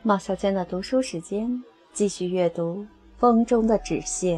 毛小娟的读书时间，继续阅读《风中的纸屑》。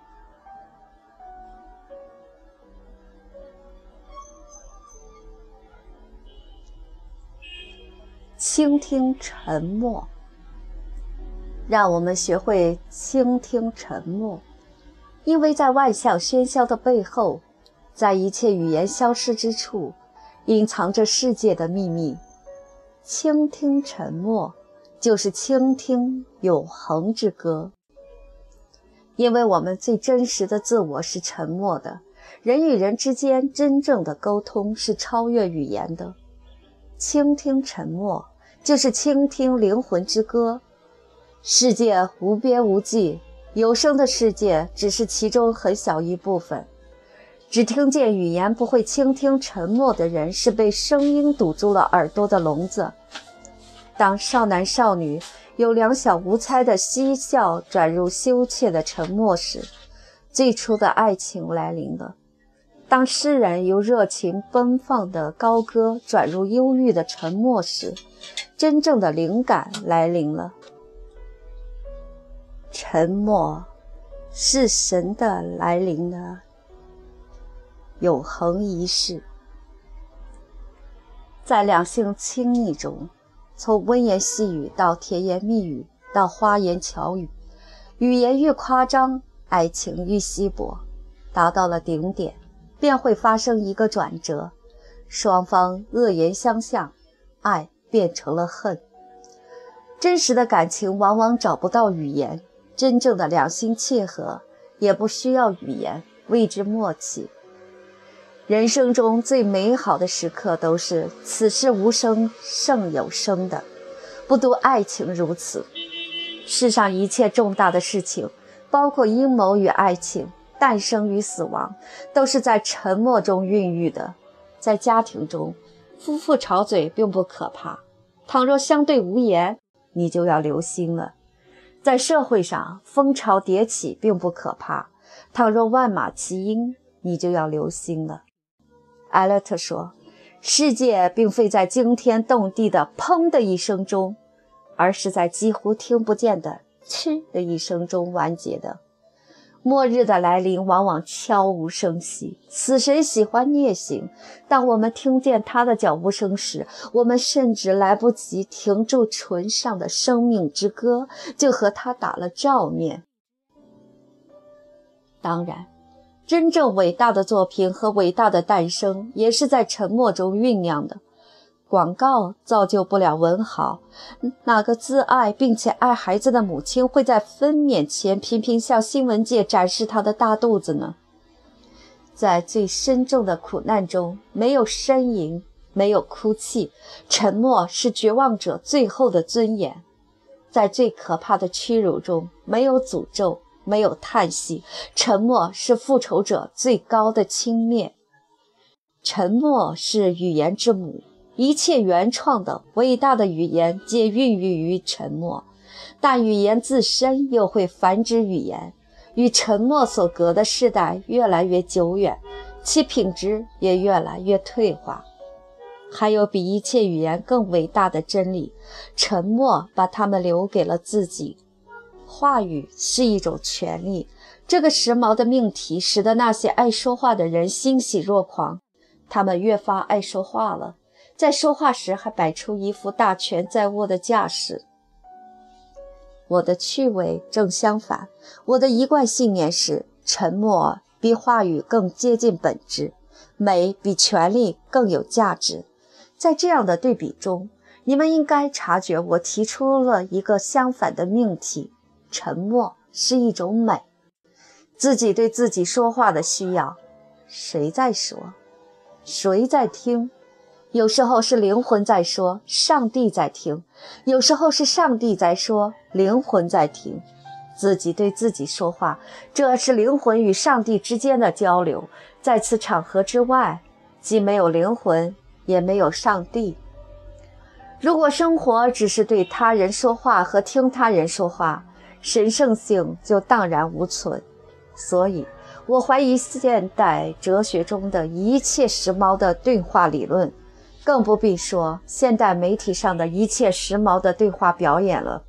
倾听沉默，让我们学会倾听沉默，因为在万象喧嚣的背后，在一切语言消失之处，隐藏着世界的秘密。倾听沉默，就是倾听永恒之歌。因为我们最真实的自我是沉默的，人与人之间真正的沟通是超越语言的。倾听沉默，就是倾听灵魂之歌。世界无边无际，有声的世界只是其中很小一部分。只听见语言不会倾听沉默的人，是被声音堵住了耳朵的聋子。当少男少女由两小无猜的嬉笑转入羞怯的沉默时，最初的爱情来临了。当诗人由热情奔放的高歌转入忧郁的沉默时，真正的灵感来临了。沉默是神的来临的永恒仪式。在两性亲昵中，从温言细语到甜言蜜语到花言巧语，语言越夸张，爱情越稀薄。达到了顶点，便会发生一个转折，双方恶言相向，爱变成了恨。真实的感情往往找不到语言，真正的两心契合也不需要语言，谓之默契。人生中最美好的时刻都是此事无声胜有声的，不独爱情如此。世上一切重大的事情，包括阴谋与爱情，诞生与死亡，都是在沉默中孕育的。在家庭中，夫妇吵嘴并不可怕，倘若相对无言，你就要留心了。在社会上，风潮迭起并不可怕，倘若万马齐喑，你就要留心了。艾略特说，世界并非在惊天动地的砰的一声中，而是在几乎听不见的嗤的一声中完结的。末日的来临往往悄无声息，死神喜欢夜行。当我们听见他的脚步声时，我们甚至来不及停住唇上的生命之歌，就和他打了照面。当然，真正伟大的作品和伟大的诞生也是在沉默中酝酿的。广告造就不了文豪，哪个自爱并且爱孩子的母亲会在分娩前频频向新闻界展示她的大肚子呢？在最深重的苦难中，没有呻吟，没有哭泣，沉默是绝望者最后的尊严。在最可怕的屈辱中，没有诅咒，没有叹息，沉默是复仇者最高的轻蔑。沉默是语言之母，一切原创的伟大的语言皆孕育于沉默，但语言自身又会繁殖语言。与沉默所隔的世代越来越久远，其品质也越来越退化。还有比一切语言更伟大的真理，沉默把它们留给了自己。话语是一种权利，这个时髦的命题使得那些爱说话的人欣喜若狂，他们越发爱说话了，在说话时还摆出一副大权在握的架势。我的趣味正相反，我的一贯信念是，沉默比话语更接近本质，美比权力更有价值。在这样的对比中，你们应该察觉我提出了一个相反的命题，沉默是一种美。自己对自己说话的需要，谁在说？谁在听？有时候是灵魂在说，上帝在听；有时候是上帝在说，灵魂在听。自己对自己说话，这是灵魂与上帝之间的交流。在此场合之外，既没有灵魂，也没有上帝。如果生活只是对他人说话和听他人说话，神圣性就荡然无存。所以我怀疑现代哲学中的一切时髦的对话理论， 更不必说现代媒体上的一切时髦的对话表演了。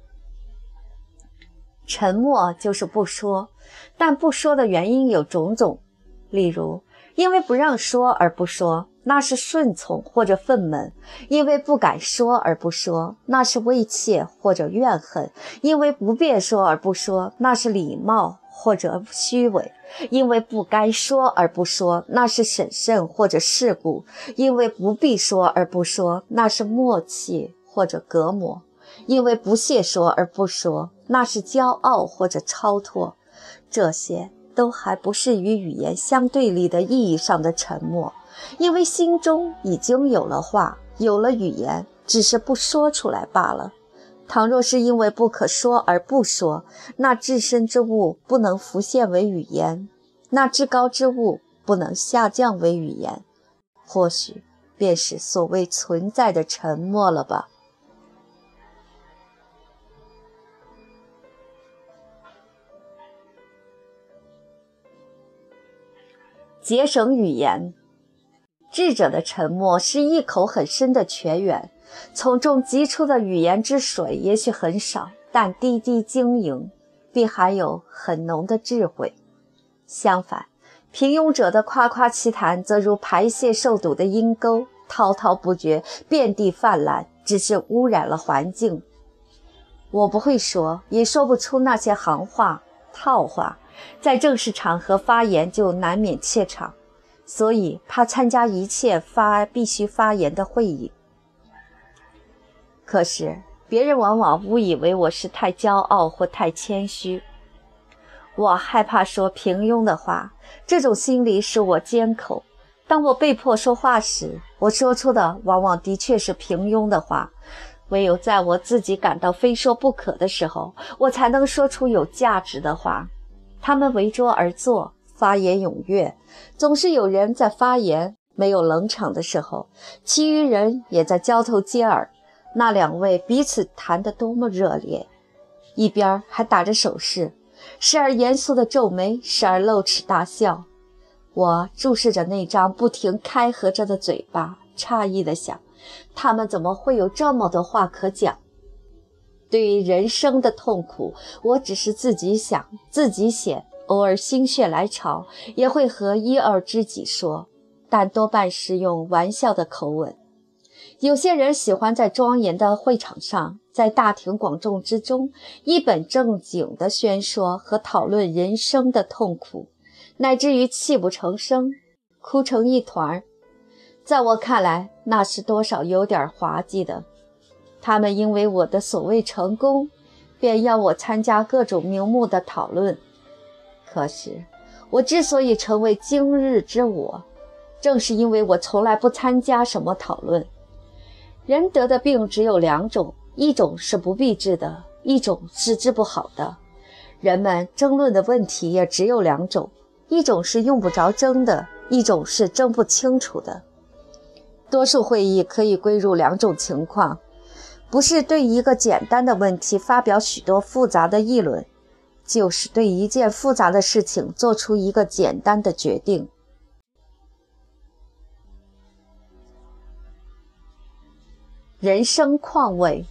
沉默就是不说，但不说的原因有种种，例如因为不让说而不说，那是顺从或者愤懑；因为不敢说而不说，那是畏怯或者怨恨；因为不便说而不说，那是礼貌或者虚伪；因为不该说而不说，那是审慎或者世故；因为不必说而不说，那是默契或者隔膜；因为不屑说而不说，那是骄傲或者超脱。这些都还不是与语言相对立的意义上的沉默，因为心中已经有了话，有了语言，只是不说出来罢了。倘若是因为不可说而不说，那至深之物不能浮现为语言，那至高之物不能下降为语言，或许便是所谓存在的沉默了吧。节省语言。智者的沉默是一口很深的泉源，从中汲出的语言之水也许很少，但滴滴晶莹，并含有很浓的智慧。相反，平庸者的夸夸其谈则如排泄受堵的阴沟，滔滔不绝，遍地泛滥，只是污染了环境。我不会说，也说不出那些行话、套话，在正式场合发言就难免怯场，所以怕参加一切必须发言的会议。可是别人往往误以为我是太骄傲或太谦虚。我害怕说平庸的话，这种心理使我缄口。当我被迫说话时，我说出的往往的确是平庸的话。唯有在我自己感到非说不可的时候，我才能说出有价值的话。他们围桌而坐，发言踊跃，总是有人在发言，没有冷场的时候，其余人也在交头接耳。那两位彼此谈得多么热烈，一边还打着手势，时而严肃地皱眉，时而露齿大笑。我注视着那张不停开合着的嘴巴，诧异地想，他们怎么会有这么多话可讲？对于人生的痛苦，我只是自己想自己写，偶尔心血来潮也会和一二知己说，但多半是用玩笑的口吻。有些人喜欢在庄严的会场上，在大庭广众之中，一本正经地宣说和讨论人生的痛苦，乃至于泣不成声，哭成一团。在我看来，那是多少有点滑稽的。他们因为我的所谓成功，便要我参加各种名目的讨论。可是我之所以成为今日之我，正是因为我从来不参加什么讨论。人得的病只有两种，一种是不必治的，一种是治不好的。人们争论的问题也只有两种，一种是用不着争的，一种是争不清楚的。多数会议可以归入两种情况，不是对一个简单的问题发表许多复杂的议论，就是对一件复杂的事情做出一个简单的决定。人生况味。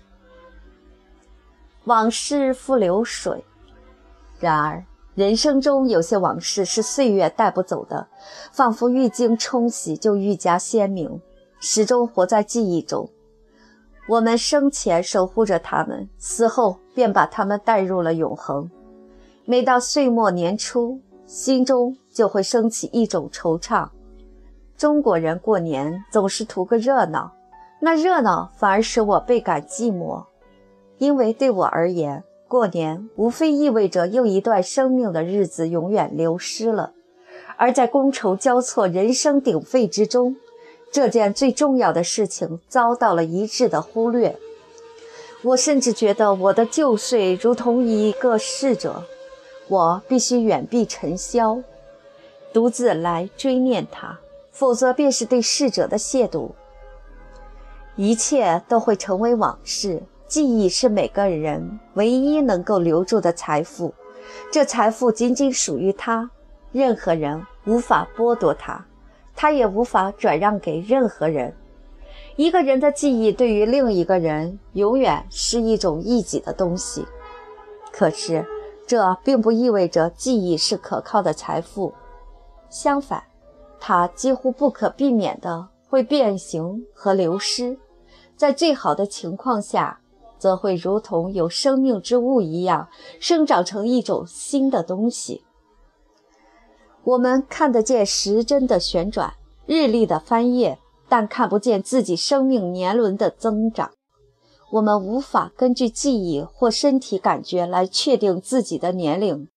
往事复流水。然而人生中有些往事是岁月带不走的，仿佛愈经冲洗就愈加鲜明，始终活在记忆中。我们生前守护着他们，死后便把他们带入了永恒。每到岁末年初，心中就会升起一种惆怅。中国人过年总是图个热闹，那热闹反而使我倍感寂寞，因为对我而言，过年无非意味着又一段生命的日子永远流失了。而在觥筹交错、人声鼎沸之中，这件最重要的事情遭到了一致的忽略。我甚至觉得我的旧岁如同一个逝者，我必须远避尘嚣，独自来追念他，否则便是对逝者的亵渎。一切都会成为往事，记忆是每个人唯一能够留住的财富，这财富仅仅属于他，任何人无法剥夺它，他也无法转让给任何人。 一个人的记忆对于另一个人永远是一种异己的东西。可是这并不意味着记忆是可靠的财富，相反，它几乎不可避免地会变形和流失，在最好的情况下，则会如同有生命之物一样生长成一种新的东西。我们看得见时针的旋转，日历的翻页，但看不见自己生命年轮的增长。我们无法根据记忆或身体感觉来确定自己的年龄。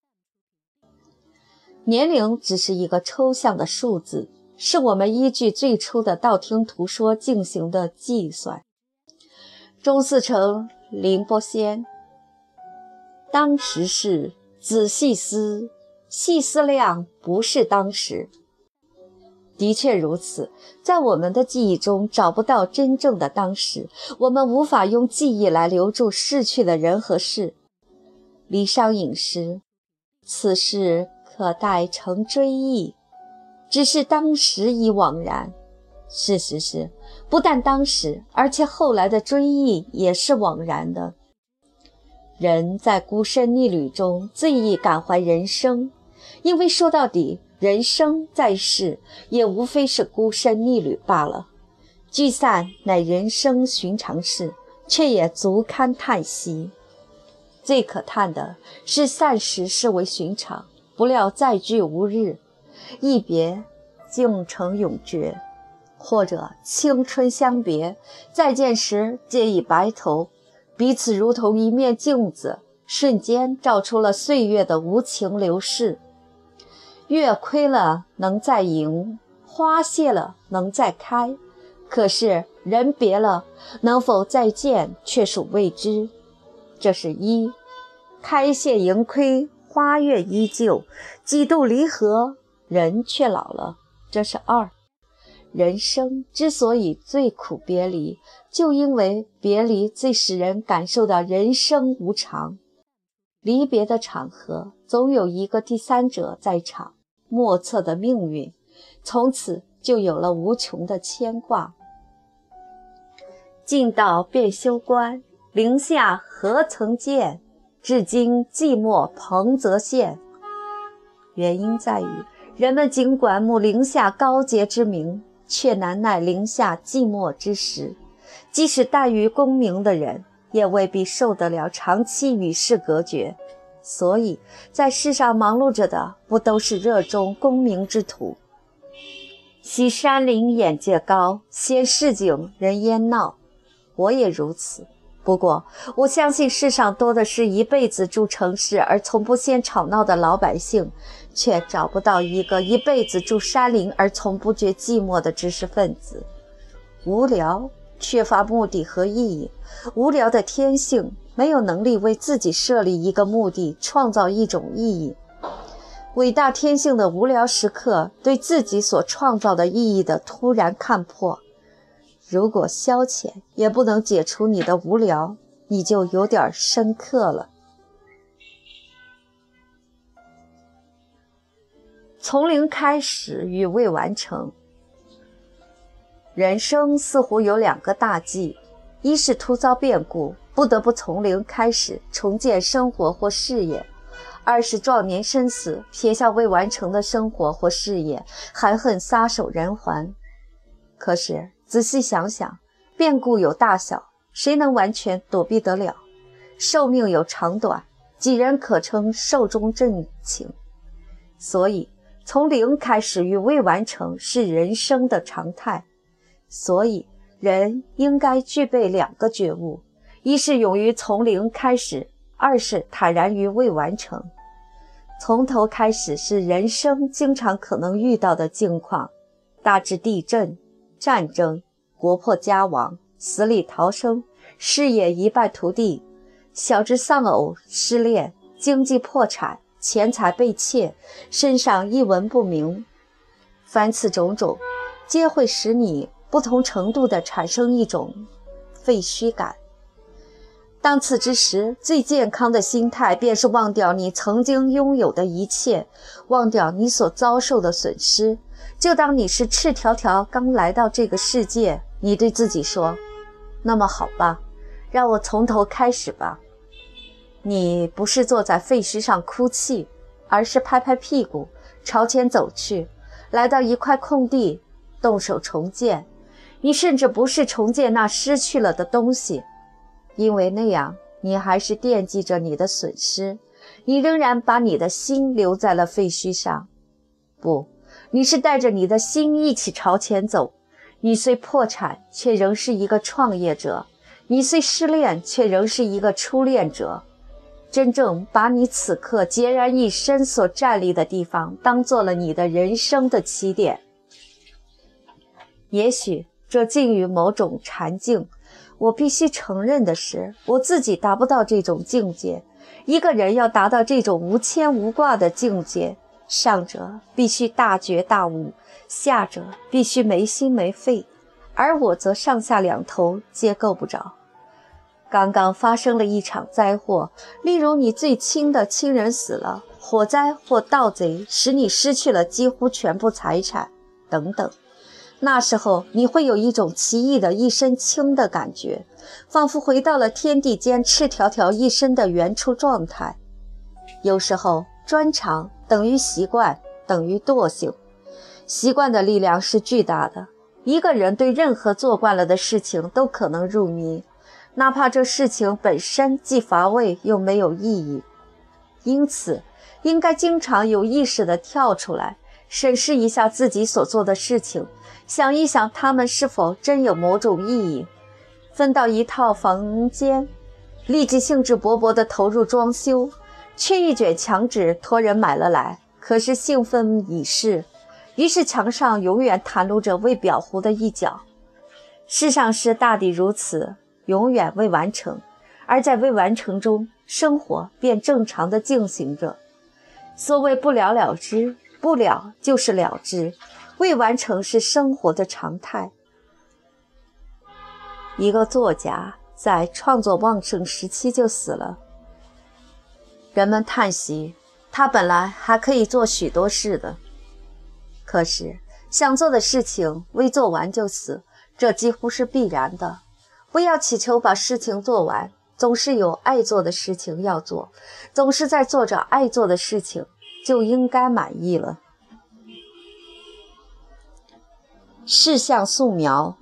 年龄只是一个抽象的数字，是我们依据最初的道听途说进行的计算。中四成林波仙，当时是仔细思，细思量不是当时。的确如此，在我们的记忆中找不到真正的当时，我们无法用记忆来留住逝去的人和事。李商隐诗，此事可待成追忆，只是当时已惘然。事实是，不但当时，而且后来的追忆也是惘然的。人在孤身逆旅中最易感怀人生，因为说到底，人生在世也无非是孤身逆旅罢了。聚散乃人生寻常事，却也足堪叹息。最可叹的是散时视为寻常，不料再聚无日，一别竟成永绝。或者青春相别，再见时皆已白头，彼此如同一面镜子，瞬间照出了岁月的无情流逝。月亏了能再盈，花谢了能再开，可是人别了，能否再见却属未知。这是一，开谢盈亏，花月依旧，几度离合，人却老了。这是二，人生之所以最苦别离，就因为别离最使人感受到人生无常。离别的场合总有一个第三者在场，莫测的命运，从此就有了无穷的牵挂。尽道便休关，陵下何曾见，至今寂寞彭泽县。原因在于，人们尽管慕陵下高洁之名，却难耐陵下寂寞之时。即使怠于功名的人，也未必受得了长期与世隔绝。所以在世上忙碌着的，不都是热衷功名之徒？惜山林眼界高，嫌市井人烟闹。我也如此，不过我相信世上多的是一辈子住城市而从不嫌吵闹的老百姓，却找不到一个一辈子住山林而从不觉寂寞的知识分子。无聊，缺乏目的和意义，无聊的天性没有能力为自己设立一个目的，创造一种意义。伟大天性的无聊时刻，对自己所创造的意义的突然看破。如果消遣也不能解除你的无聊，你就有点深刻了。从零开始与未完成。人生似乎有两个大忌，一是突遭变故，不得不从零开始重建生活或事业；二是壮年身死，撇下未完成的生活或事业，含恨撒手人寰。可是仔细想想，变故有大小，谁能完全躲避得了？寿命有长短，几人可称寿终正寝？所以从零开始与未完成是人生的常态。所以人应该具备两个觉悟，一是勇于从零开始，二是坦然于未完成。从头开始是人生经常可能遇到的境况，大至地震、战争、国破家亡、死里逃生、事业一败涂地，小至丧偶、失恋、经济破产、钱财被窃、身上一文不名，凡此种种，皆会使你不同程度地产生一种废墟感。当此之时，最健康的心态便是忘掉你曾经拥有的一切，忘掉你所遭受的损失，就当你是赤条条刚来到这个世界， 你对自己说，那么好吧，让我从头开始吧。你不是坐在废墟上哭泣，而是拍拍屁股朝前走去，来到一块空地，动手重建。你甚至不是重建那失去了的东西，因为那样你还是惦记着你的损失，你仍然把你的心留在了废墟上。不，你是带着你的心一起朝前走。你虽破产，却仍是一个创业者；你虽失恋，却仍是一个初恋者。真正把你此刻孑然一身所站立的地方当做了你的人生的起点。也许这近于某种禅境，我必须承认的是，我自己达不到这种境界。一个人要达到这种无牵无挂的境界，上者必须大觉大悟，下者必须没心没肺，而我则上下两头皆够不着。刚刚发生了一场灾祸，例如你最亲的亲人死了，火灾或盗贼使你失去了几乎全部财产等等。那时候你会有一种奇异的一身轻的感觉，仿佛回到了天地间赤条条一身的原初状态。有时候专长等于习惯等于惰性，习惯的力量是巨大的，一个人对任何做惯了的事情都可能入迷，哪怕这事情本身既乏味又没有意义。因此应该经常有意识地跳出来，审视一下自己所做的事情，想一想它们是否真有某种意义。分到一套房间，立即兴致勃勃地投入装修，缺一卷墙纸托人买了来，可是兴奋已逝，于是墙上永远袒露着未裱糊的一角。世上事大抵如此，永远未完成，而在未完成中，生活便正常地进行着。所谓不了了之，不了就是了之，未完成是生活的常态。一个作家在创作旺盛时期就死了，人们叹息，他本来还可以做许多事的。可是想做的事情未做完就死，这几乎是必然的。不要祈求把事情做完，总是有爱做的事情要做，总是在做着爱做的事情，就应该满意了。事项素描。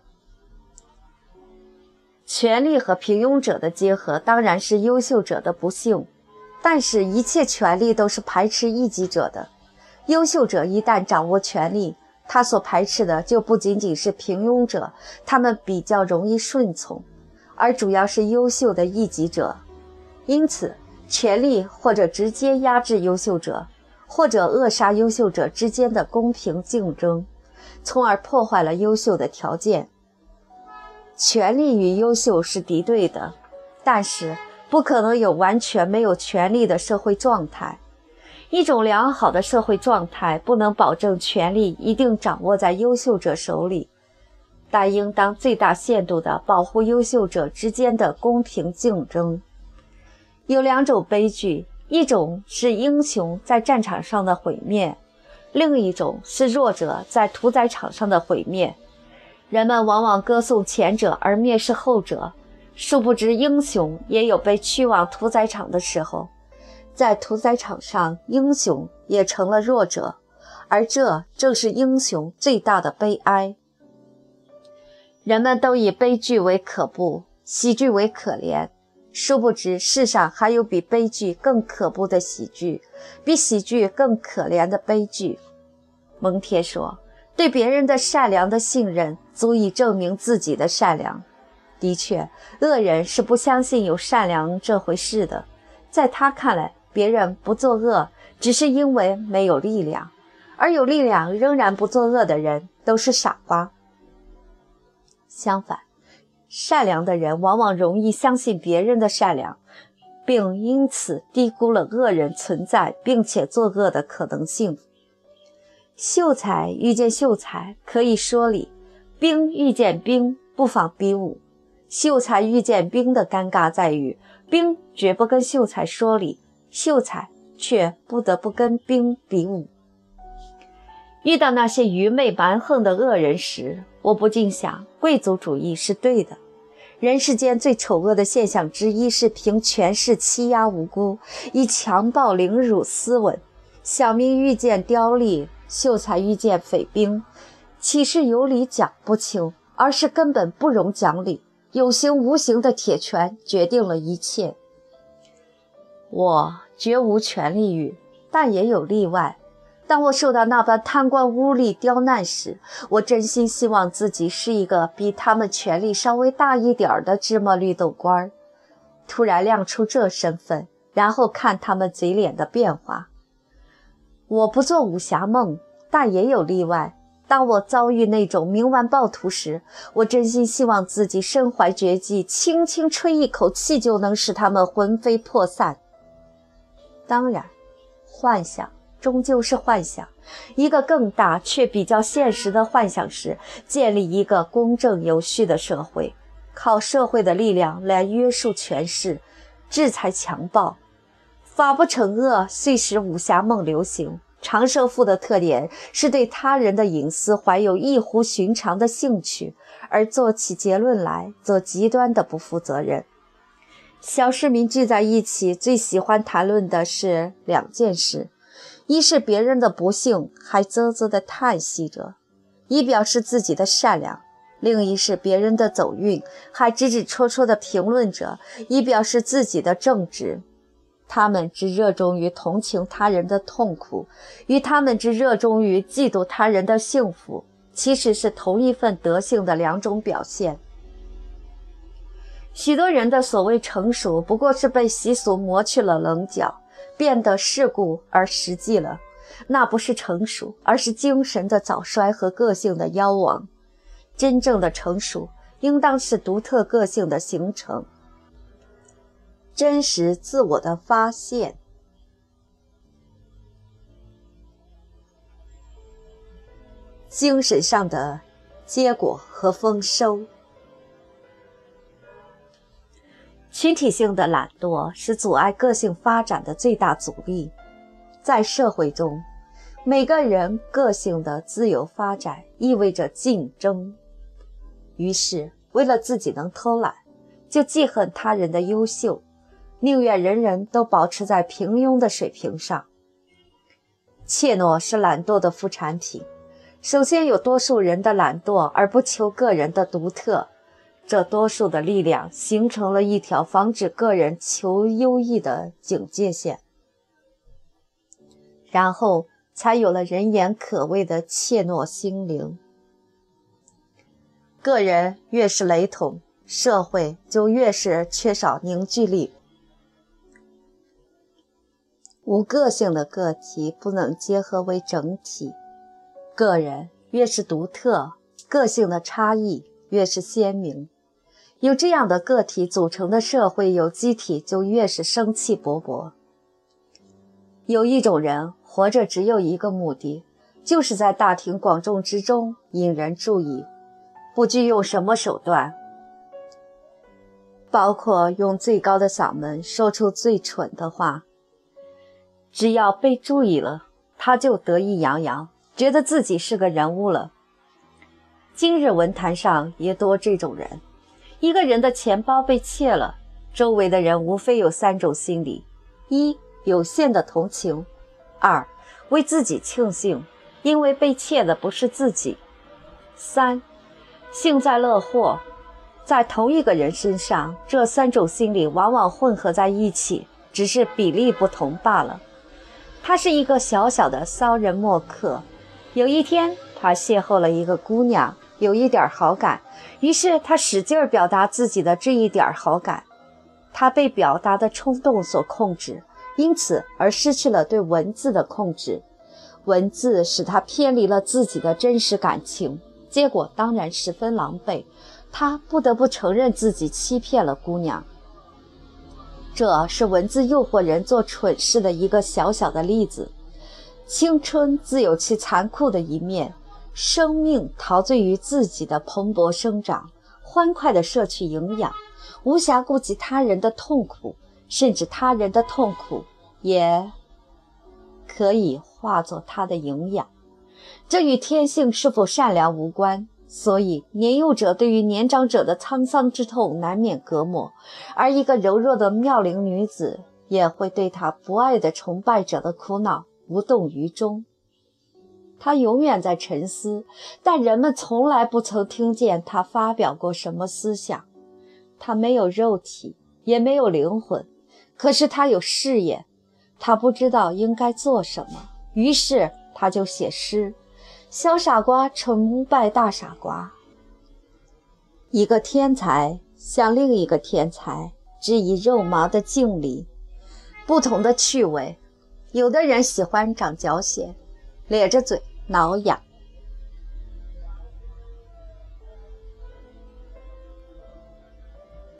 权力和平庸者的结合当然是优秀者的不幸，但是一切权力都是排斥异己者的。优秀者一旦掌握权力，他所排斥的就不仅仅是平庸者，他们比较容易顺从，而主要是优秀的异己者。因此权力或者直接压制优秀者，或者扼杀优秀者之间的公平竞争，从而破坏了优秀的条件。权力与优秀是敌对的，但是不可能有完全没有权力的社会状态。一种良好的社会状态不能保证权力一定掌握在优秀者手里，但应当最大限度地保护优秀者之间的公平竞争。有两种悲剧，一种是英雄在战场上的毁灭，另一种是弱者在屠宰场上的毁灭。人们往往歌颂前者而蔑视后者，殊不知英雄也有被驱往屠宰场的时候。在屠宰场上，英雄也成了弱者，而这正是英雄最大的悲哀。人们都以悲剧为可怖，喜剧为可怜，殊不知世上还有比悲剧更可怖的喜剧，比喜剧更可怜的悲剧。蒙恬说，对别人的善良的信任足以证明自己的善良。的确，恶人是不相信有善良这回事的，在他看来，别人不作恶只是因为没有力量，而有力量仍然不作恶的人都是傻瓜。相反，善良的人往往容易相信别人的善良，并因此低估了恶人存在并且作恶的可能性。秀才遇见秀才可以说理，兵遇见兵不妨比武。秀才遇见兵的尴尬在于，兵绝不跟秀才说理，秀才却不得不跟兵比武。遇到那些愚昧蛮横的恶人时， 我不禁想，贵族主义是对的。人世间最丑恶的现象之一是凭权势欺压无辜，以强暴凌辱斯文。小民遇见刁吏，秀才遇见匪兵，岂是有理讲不清，而是根本不容讲理。有形无形的铁拳决定了一切。我绝无权利欲，但也有例外。当我受到那般贪官污吏刁难时，我真心希望自己是一个比他们权力稍微大一点的芝麻绿豆官，突然亮出这身份，然后看他们嘴脸的变化。我不做武侠梦，但也有例外。当我遭遇那种冥顽暴徒时，我真心希望自己身怀绝技，轻轻吹一口气就能使他们魂飞魄散。当然，幻想终究是幻想，一个更大却比较现实的幻想是建立一个公正有序的社会，靠社会的力量来约束权势，制裁强暴。法不惩恶虽使武侠梦流行，长生父的特点是对他人的隐私怀有异乎寻常的兴趣，而做起结论来则极端的不负责任。小市民聚在一起，最喜欢谈论的是两件事，一是别人的不幸，还啧啧地叹息着，以表示自己的善良；另一是别人的走运，还指指戳戳地评论着，以表示自己的正直。他们只热衷于同情他人的痛苦，与他们只热衷于嫉妒他人的幸福，其实是同一份德性的两种表现。许多人的所谓成熟，不过是被习俗磨去了棱角，变得世故而实际了。那不是成熟，而是精神的早衰和个性的夭亡。真正的成熟，应当是独特个性的形成，真实自我的发现。精神上的结果和丰收。群体性的懒惰是阻碍个性发展的最大阻力。在社会中，每个人个性的自由发展意味着竞争。于是，为了自己能偷懒，就记恨他人的优秀，宁愿人人都保持在平庸的水平上。怯懦是懒惰的副产品。首先有多数人的懒惰而不求个人的独特，这多数的力量形成了一条防止个人求优异的警戒线，然后才有了人言可畏的怯懦心灵。个人越是雷同，社会就越是缺少凝聚力。无个性的个体不能结合为整体，个人越是独特，个性的差异越是鲜明。有这样的个体组成的社会有机体就越是生气勃勃。有一种人活着只有一个目的，就是在大庭广众之中引人注意，不拘用什么手段，包括用最高的嗓门说出最蠢的话。只要被注意了，他就得意洋洋，觉得自己是个人物了。今日文坛上也多这种人。一个人的钱包被窃了，周围的人无非有三种心理：一、有限的同情；二、为自己庆幸，因为被窃的不是自己；三、幸灾乐祸。在同一个人身上，这三种心理往往混合在一起，只是比例不同罢了。他是一个小小的骚人墨客。有一天，他邂逅了一个姑娘，有一点好感，于是他使劲表达自己的这一点好感。他被表达的冲动所控制，因此而失去了对文字的控制。文字使他偏离了自己的真实感情，结果当然十分狼狈。他不得不承认自己欺骗了姑娘。这是文字诱惑人做蠢事的一个小小的例子。青春自有其残酷的一面，生命陶醉于自己的蓬勃生长，欢快地摄取营养，无暇顾及他人的痛苦，甚至他人的痛苦也可以化作他的营养。这与天性是否善良无关， 所以年幼者对于年长者的沧桑之痛难免隔膜，而一个柔弱的妙龄女子也会对她不爱的崇拜者的苦恼无动于衷。她永远在沉思，但人们从来不曾听见她发表过什么思想。她没有肉体，也没有灵魂，可是她有视野。她不知道应该做什么，于是她就写诗。小傻瓜崇拜大傻瓜。一个天才向另一个天才致以肉麻的敬礼。不同的趣味，有的人喜欢长脚癣，咧着嘴挠痒，